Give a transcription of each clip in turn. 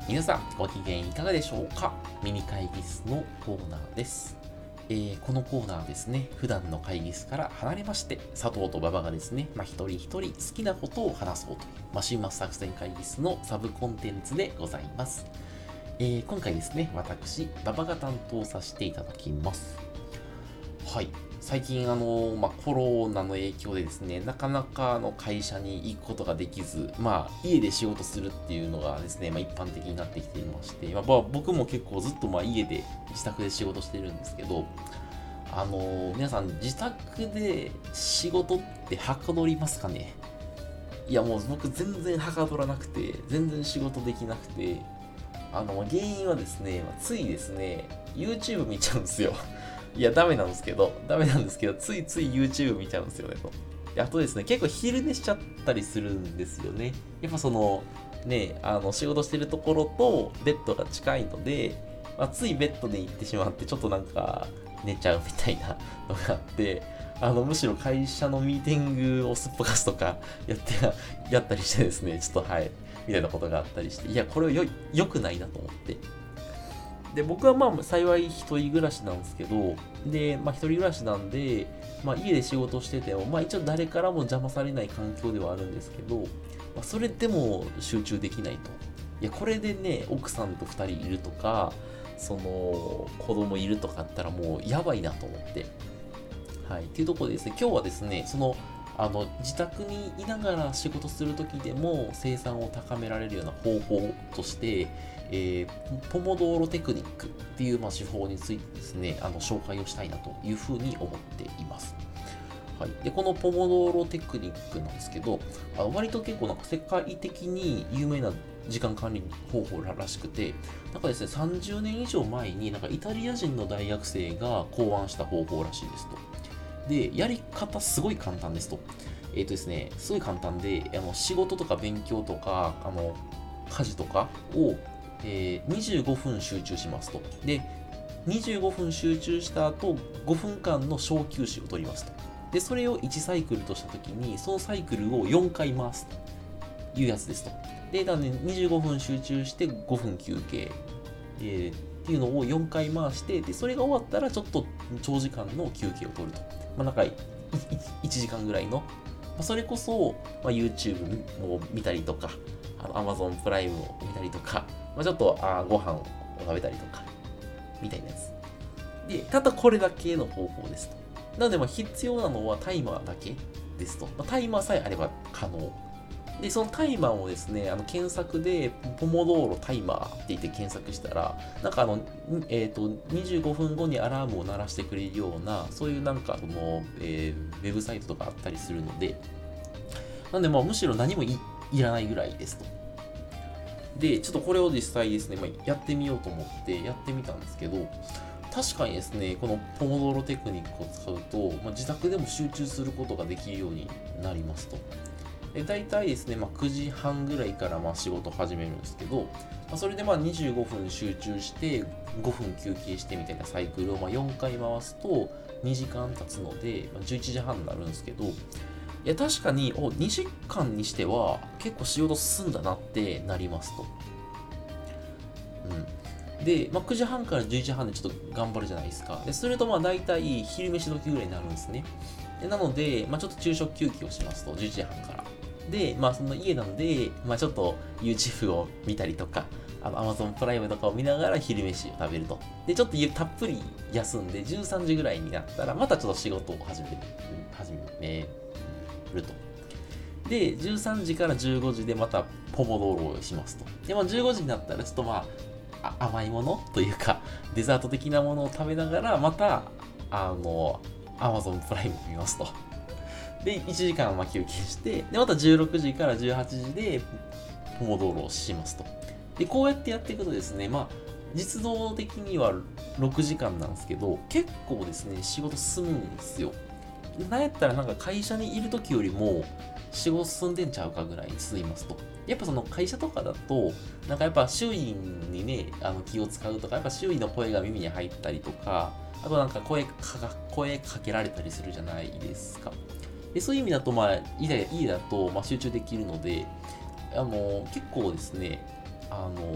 皆さんご機嫌いかがでしょうか。ミニ会議室のコーナーです。このコーナーですね、普段の会議室から離れまして、佐藤と馬場がですね、一人一人好きなことを話そうという、週末作戦会議室のサブコンテンツでございます。今回ですね、私、馬場が担当させていただきます。はい。最近コロナの影響でですね、なかなか会社に行くことができず、家で仕事するっていうのがですね、一般的になってきていまして、僕も結構ずっと家で自宅で仕事してるんですけど、皆さん自宅で仕事ってはかどりますかね。いやもう僕全然はかどらなくて、全然仕事できなくて、原因はですね、ついですね、YouTube 見ちゃうんですよ。いや、ダメなんですけど、ついつい YouTube 見ちゃうんですよね、と。であとですね、結構昼寝しちゃったりするんですよね。やっぱ仕事してるところとベッドが近いので、ついベッドで行ってしまって、ちょっと寝ちゃうみたいなのがあって、むしろ会社のミーティングをすっぽかすとかやったりしてですね、ちょっとはい、みたいなことがあったりして、いや、これは良くないなと思って。で、僕は幸い一人暮らしなんですけど、で、一人暮らしなんで、家で仕事してても、一応誰からも邪魔されない環境ではあるんですけど、それでも集中できないと。いや、これでね、奥さんと二人いるとか、子供いるとかあったらもうやばいなと思って。はい。っていうところでですね、今日はですね、自宅にいながら仕事するときでも生産を高められるような方法として、ポモドーロテクニックっていう手法についてですね、紹介をしたいなというふうに思っています。はい、でこのポモドーロテクニックなんですけど、割と結構世界的に有名な時間管理方法らしくて、ですね、30年以上前にイタリア人の大学生が考案した方法らしいですと。で、やり方すごい簡単ですと。ですね、すごい簡単で、仕事とか勉強とか、家事とかを、25分集中しますと。で、25分集中した後、5分間の小休止を取りますと。で、それを1サイクルとしたときに、そのサイクルを4回回すというやつですと。で、25分集中して5分休憩。っていうのを4回回して、で、それが終わったらちょっと長時間の休憩を取ると。1時間ぐらいの、それこそ、YouTube を見たりとか、Amazon プライムを見たりとか、ちょっとご飯を食べたりとか、みたいなやつ。で、ただこれだけの方法ですと。なので、必要なのはタイマーだけですと。タイマーさえあれば可能。で、そのタイマーをですね、検索で、ポモドーロタイマーって言って検索したら、25分後にアラームを鳴らしてくれるような、そういうウェブサイトとかあったりするので、なんでむしろ何もいらないぐらいですと。で、ちょっとこれを実際ですね、やってみようと思ってやってみたんですけど、確かにですね、このポモドーロテクニックを使うと、自宅でも集中することができるようになりますと。大体ですね、9時半ぐらいから仕事始めるんですけど、それで25分集中して5分休憩してみたいなサイクルを4回回すと2時間経つので11時半になるんですけど、いや確かに2時間にしては結構仕事進んだなってなりますと。で、9時半から11時半でちょっと頑張るじゃないですか。ですると大体昼飯時ぐらいになるんですね。なので、ちょっと昼食休憩をしますと、11時半から。で、その家なんで、ちょっと YouTube を見たりとか、Amazon プライムとかを見ながら昼飯を食べると。で、ちょっとたっぷり休んで、13時ぐらいになったら、またちょっと仕事を始めると。で、13時から15時でまたポモドーロをしますと。で、15時になったら、ちょっと甘いものというか、デザート的なものを食べながら、また、Amazon プライムを見ますと。で、1時間休憩して、で、また16時から18時で、ポモドーロをしますと。で、こうやってやっていくとですね、実動的には6時間なんですけど、結構ですね、仕事進むんですよ。なんやったら会社にいる時よりも、仕事進んでんちゃうかぐらいに進みますと。やっぱその会社とかだと、やっぱ周囲にね、気を使うとか、やっぱ周囲の声が耳に入ったりとか、あと声かけられたりするじゃないですか。でそういう意味だと、家だと、集中できるので、結構ですね、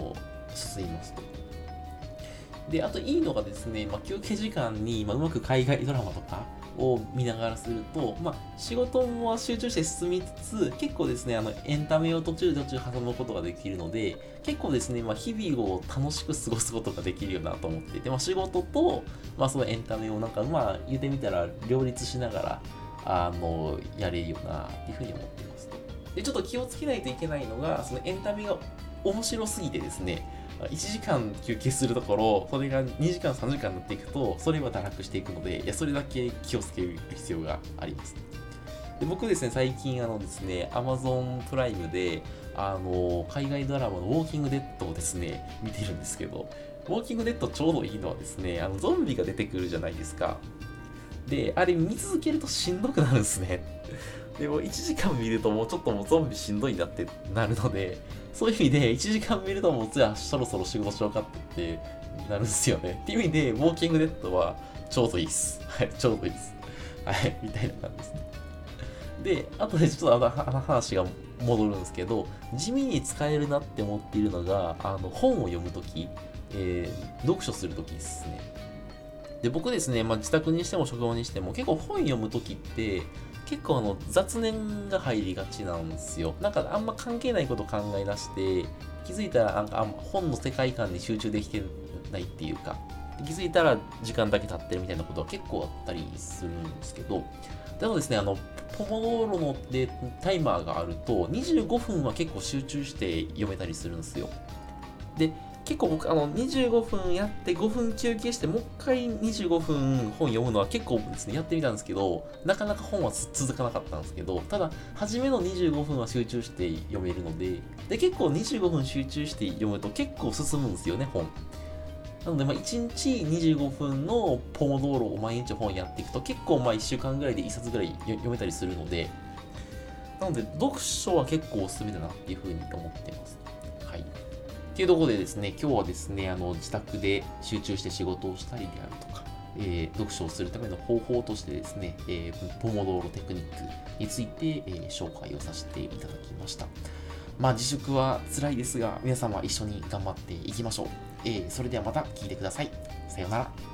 進みますと。で、あといいのがですね、休憩時間に、うまく海外ドラマとかを見ながらすると、仕事も集中して進みつつ、結構ですね、エンタメを途中挟むことができるので、結構ですね、日々を楽しく過ごすことができるよなと思っていて、仕事と、そのエンタメを言ってみたら両立しながら、やれるよなっていうふうに思っていますと。で、ちょっと気をつけないといけないのが、そのエンタメが面白すぎてですね、1時間休憩するところ、それが2時間、3時間になっていくと、それは堕落していくので、それだけ気をつける必要があります。で、僕ですね、最近ですね、Amazon プライムで、海外ドラマのウォーキングデッドをですね、見てるんですけど、ウォーキングデッドちょうどいいのはですね、ゾンビが出てくるじゃないですか。で、あれ見続けるとしんどくなるんですね。でも1時間見るともうちょっともうゾンビしんどいなってなるので、そういう意味で1時間見るともうじゃあそろそろ仕事しようかってなるんですよね。っていう意味で、ウォーキングデッドはちょうどいいっす。はい、ちょうどいいっす。はい、みたいな感じですね。で、あとでちょっと話が戻るんですけど、地味に使えるなって思っているのが、本を読むとき、読書するときですね。で、僕ですね、自宅にしても職場にしても結構本読むときって結構雑念が入りがちなんですよ。あんま関係ないこと考え出して気づいたら本の世界観に集中できてないっていうか、気づいたら時間だけ経ってるみたいなことは結構あったりするんですけど、でもですね、ポモドーロのでタイマーがあると25分は結構集中して読めたりするんですよ。で、結構僕25分やって5分休憩してもう一回25分本読むのは結構ですねやってみたんですけど、なかなか本は続かなかったんですけど、ただ初めの25分は集中して読めるので、結構25分集中して読むと結構進むんですよね、本。なので1日25分のポモドーロを毎日本やっていくと結構1週間ぐらいで1冊ぐらい読めたりするので、なので読書は結構おすすめだなっていうふうに思ってます。はい。っていうところでですね、今日はですね、自宅で集中して仕事をしたりであるとか、読書をするための方法としてですね、ポモドーロテクニックについて、紹介をさせていただきました。自粛は辛いですが、皆様一緒に頑張っていきましょう。それではまた聞いてください。さようなら。